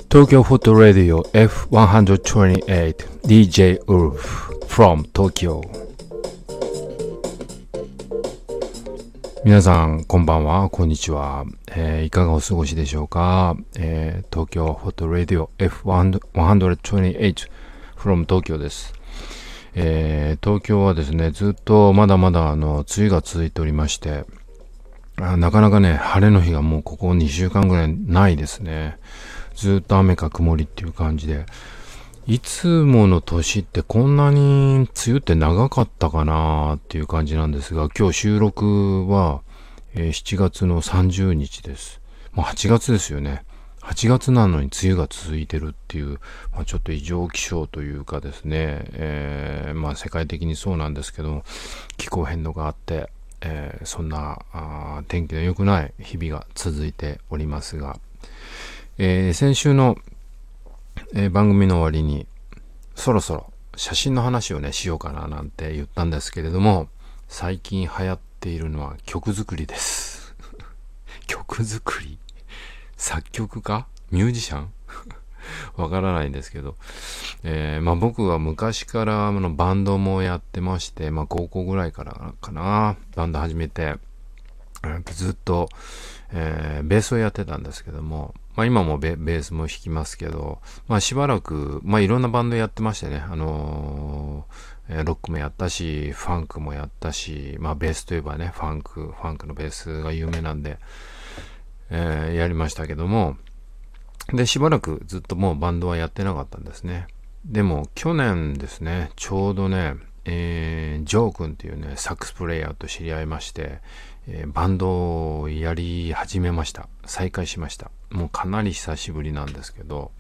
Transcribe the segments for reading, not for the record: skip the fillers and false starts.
Tokyo Photo Radio F128 DJ Ulf from Tokyo。 皆さんこんばんは、こんにちは。いかがお過ごしでしょうか。Tokyo Photo Radio F128 from Tokyo です。東京はですね、ずっとまだまだ梅雨が続いておりまして、なかなかね、晴れの日がもうここ2週間ぐらいないですね。ずっと雨か曇りっていう感じで、いつもの年ってこんなに梅雨って長かったかなっていう感じなんですが、今日収録は、7月の30日です。もう8月ですよね。8月なのに梅雨が続いてるっていう、ちょっと異常気象というかですね、世界的にそうなんですけど、気候変動があって、そんな天気の良くない日々が続いておりますが、先週の、番組の終わりにそろそろ写真の話をねしようかななんて言ったんですけれども、最近流行っているのは曲作りです曲作り、作曲家、ミュージシャンわからないんですけど、僕は昔からバンドもやってまして、高校ぐらいからかな、バンド始めてずっと、ベースをやってたんですけども、今もベースも弾きますけど、しばらく、いろんなバンドやってましてね、ロックもやったし、ファンクもやったし、ベースといえばね、ファンクのベースが有名なんで、やりましたけども、で、しばらくずっともうバンドはやってなかったんですね。でも、去年ですね、ちょうどね、ジョー君っていうね、サックスプレイヤーと知り合いまして、バンドをやり始めました。再開しました。もうかなり久しぶりなんですけど、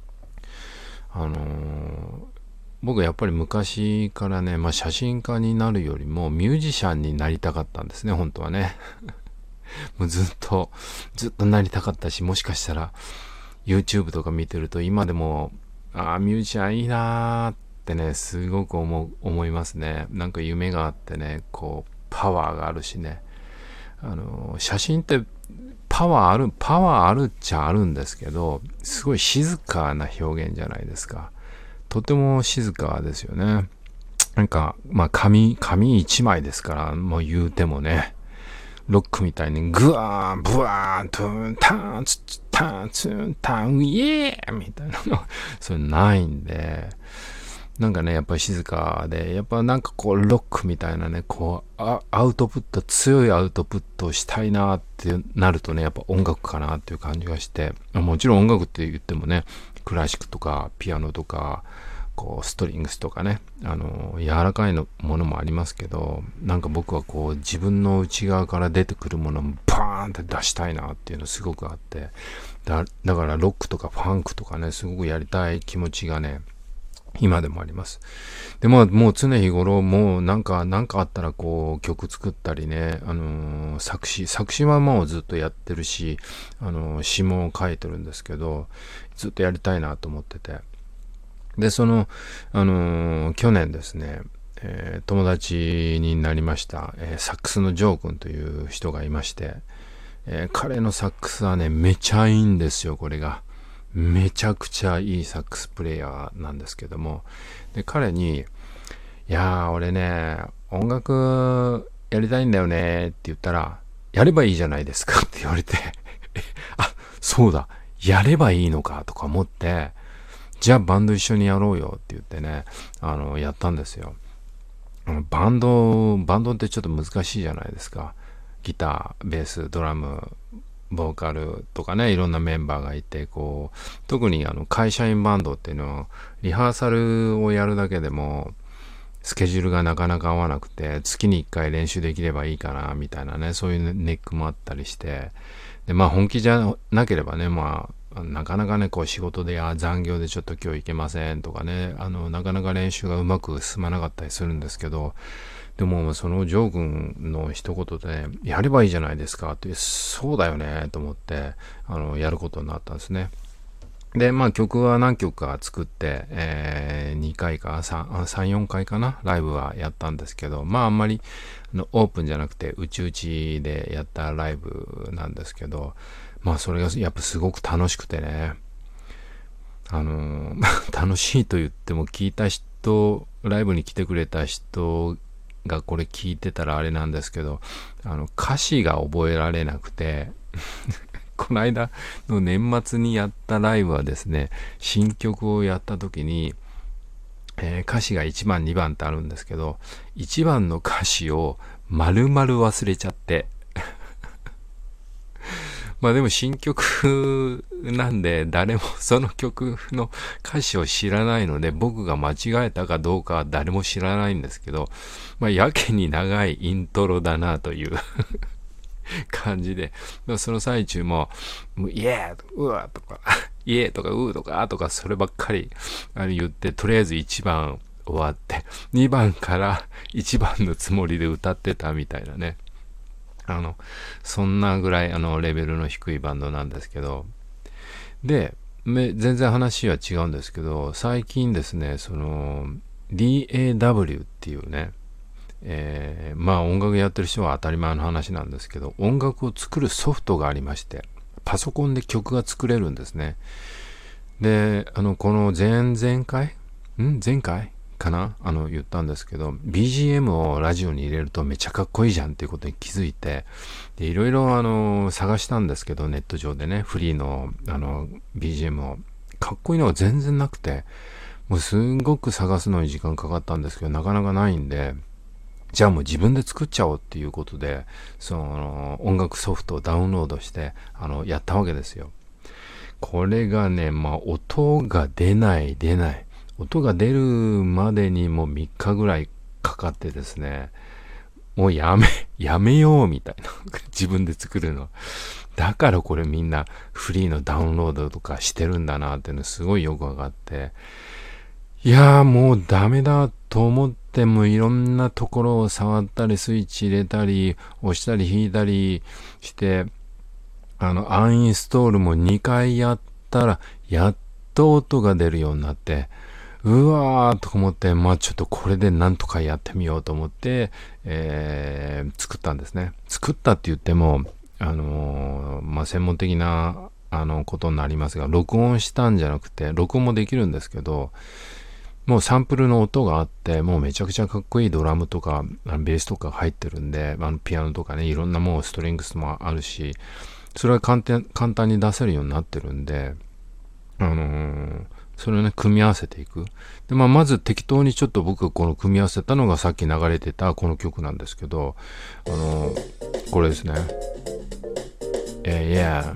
僕やっぱり昔からね、写真家になるよりもミュージシャンになりたかったんですね、本当はね。もうずっとなりたかったし、もしかしたら YouTube とか見てると今でもミュージシャンいいなーってね、すごく思いますね。なんか夢があってね、こうパワーがあるしね、写真ってパワーあるっちゃあるんですけど、すごい静かな表現じゃないですか。とても静かですよね。なんか紙一枚ですから、もう言うてもね、ロックみたいにグワーンブワーントゥンターンツツターンツンターンイエーみたいなのそれないんで、なんかね、やっぱり静かで、やっぱなんかこうロックみたいなね、こうアウトプット、強いアウトプットをしたいなってなるとね、やっぱ音楽かなっていう感じがして、もちろん音楽って言ってもね、クラシックとかピアノとかこうストリングスとかね、柔らかいものもありますけど、なんか僕はこう自分の内側から出てくるものをバーンって出したいなっていうのすごくあって、だからロックとかファンクとかね、すごくやりたい気持ちがね、今でもあります。でもう常日頃、もうなんかあったらこう曲作ったりね、作詞はもうずっとやってるし、詩も書いてるんですけど、ずっとやりたいなと思ってて、で去年ですね、友達になりました、サックスのジョー君という人がいまして、彼のサックスはね、めちゃいいんですよ。これがめちゃくちゃいいサックスプレイヤーなんですけども、で彼に、いやー俺ね、音楽やりたいんだよねって言ったら、やればいいじゃないですかって言われてあ、そうだ、やればいいのかとか思って、じゃあバンド一緒にやろうよって言ってね、やったんですよ。バンドってちょっと難しいじゃないですか。ギター、ベース、ドラム、ボーカルとかね、いろんなメンバーがいて、こう特に会社員バンドっていうのはリハーサルをやるだけでもスケジュールがなかなか合わなくて、月に1回練習できればいいかなみたいなね、そういうネックもあったりして、で本気じゃなければね、なかなかね、こう仕事で残業でちょっと今日行けませんとかね、なかなか練習がうまく進まなかったりするんですけど、でもそのジョー君の一言で、ね、やればいいじゃないですかって、そうだよねと思ってやることになったんですね。で曲は何曲か作って、2回か3、4回かな、ライブはやったんですけど、あんまりオープンじゃなくて内々でやったライブなんですけど、それがやっぱすごく楽しくてね、 楽しいと言っても聞いた人、ライブに来てくれた人がこれ聞いてたらあれなんですけど、歌詞が覚えられなくて、この間の年末にやったライブはですね、新曲をやった時に、歌詞が1番2番ってあるんですけど、1番の歌詞を丸々忘れちゃって、まあでも新曲なんで誰もその曲の歌詞を知らないので、僕が間違えたかどうかは誰も知らないんですけど、まあやけに長いイントロだなという感じで、その最中もイエーとかうわーとかイエーとかうーとかあとかそればっかり言って、とりあえず1番終わって2番から1番のつもりで歌ってたみたいなね。そんなぐらいレベルの低いバンドなんですけど、で、全然話は違うんですけど、最近ですね、その DAW っていうね、まあ音楽やってる人は当たり前の話なんですけど、音楽を作るソフトがありまして、パソコンで曲が作れるんですね。で、この前回かな言ったんですけど、BGM をラジオに入れるとめっちゃかっこいいじゃんっていうことに気づいて、で、いろいろ探したんですけど、ネット上でね、フリーのBGM を、かっこいいのが全然なくて、もうすんごく探すのに時間かかったんですけど、なかなかないんで、じゃあもう自分で作っちゃおうっていうことで、その音楽ソフトをダウンロードして、やったわけですよ。これがね、まあ音が出ない。音が出るまでにもう3日ぐらいかかってですね、もうやめようみたいな。自分で作るの。だからこれみんなフリーのダウンロードとかしてるんだなっていうのすごいよくわかって、いやーもうダメだと思ってもいろんなところを触ったりスイッチ入れたり押したり引いたりして、アンインストールも2回やったらやっと音が出るようになって、うわーと思って、まあちょっとこれでなんとかやってみようと思って、作ったんですね。作ったって言っても、まあ専門的なことになりますが、録音したんじゃなくて、録音もできるんですけど、もうサンプルの音があって、もうめちゃくちゃかっこいいドラムとか、ベースとか入ってるんで、ピアノとかね、いろんなもうストリングスもあるし、それは簡単に出せるようになってるんで、それをね、組み合わせていく。で、まず適当にちょっと僕この組み合わせたのがさっき流れてたこの曲なんですけど、これですね。Yeah。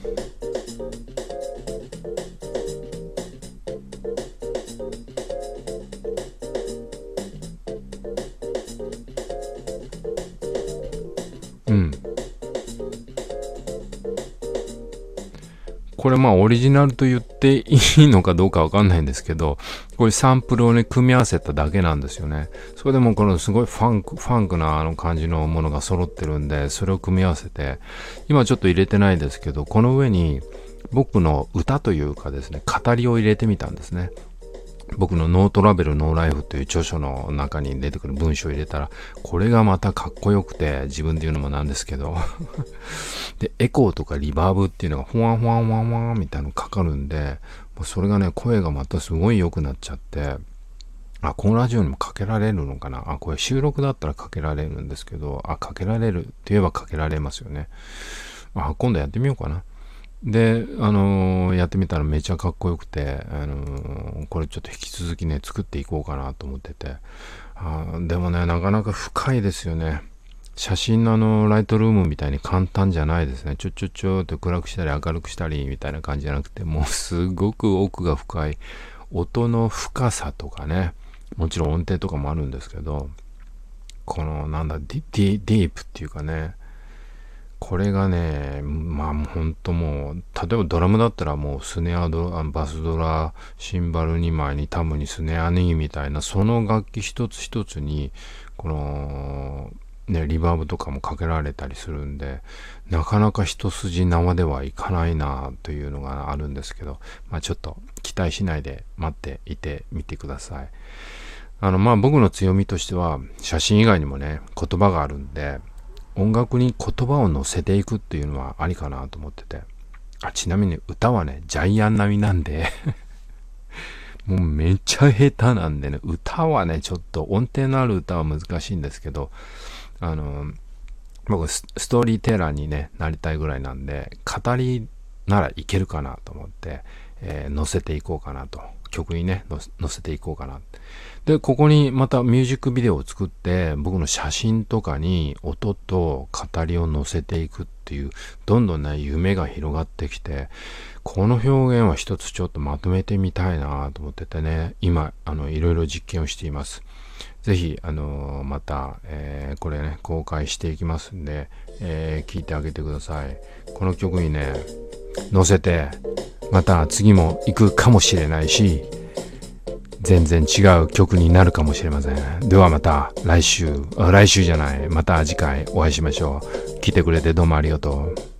うん。これまあオリジナルと言っていいのかどうかわかんないんですけど、これサンプルをね、組み合わせただけなんですよね。それでもこのすごいファンクな感じのものが揃ってるんで、それを組み合わせて、今ちょっと入れてないですけど、この上に僕の歌というかですね、語りを入れてみたんですね。僕のノートラベルノーライフという著書の中に出てくる文章を入れたら、これがまたかっこよくて、自分で言うのもなんですけどで、エコーとかリバーブっていうのがフワンフワンワンワンみたいなのかかるんで、もうそれがね、声がまたすごい良くなっちゃって、このラジオにもかけられるのかな、これ収録だったらかけられるんですけど、かけられるって言えばかけられますよね。今度やってみようかな。で、やってみたらめちゃかっこよくて、これちょっと引き続きね、作っていこうかなと思ってて。でもね、なかなか深いですよね。写真のライトルームみたいに簡単じゃないですね。ちょって暗くしたり明るくしたりみたいな感じじゃなくて、もうすごく奥が深い。音の深さとかね、もちろん音程とかもあるんですけど、このディープっていうかね、これがね、まあほんともう、例えばドラムだったらもうスネアバスドラ、シンバル2枚にタムにスネア2みたいな、その楽器一つ一つに、この、ね、リバーブとかもかけられたりするんで、なかなか一筋縄ではいかないなというのがあるんですけど、まあちょっと期待しないで待っていてみてください。まあ僕の強みとしては、写真以外にもね、言葉があるんで、音楽に言葉を乗せていくっていうのはありかなと思ってて。ちなみに歌はね、ジャイアン並みなんでもうめっちゃ下手なんでね、歌はね、ちょっと音程のある歌は難しいんですけど、僕ストーリーテラーに、ね、なりたいぐらいなんで、語りならいけるかなと思って、載せていこうかなと。曲にね、載せていこうかな。で、ここにまたミュージックビデオを作って、僕の写真とかに音と語りを載せていくっていう、どんどんね、夢が広がってきて、この表現は一つちょっとまとめてみたいなと思っててね、今、いろいろ実験をしています。ぜひ、また、これね、公開していきますんで、聞いてあげてください。この曲にね、載せて、また次も行くかもしれないし、全然違う曲になるかもしれません。ではまた来週じゃない、また次回お会いしましょう。来てくれてどうもありがとう。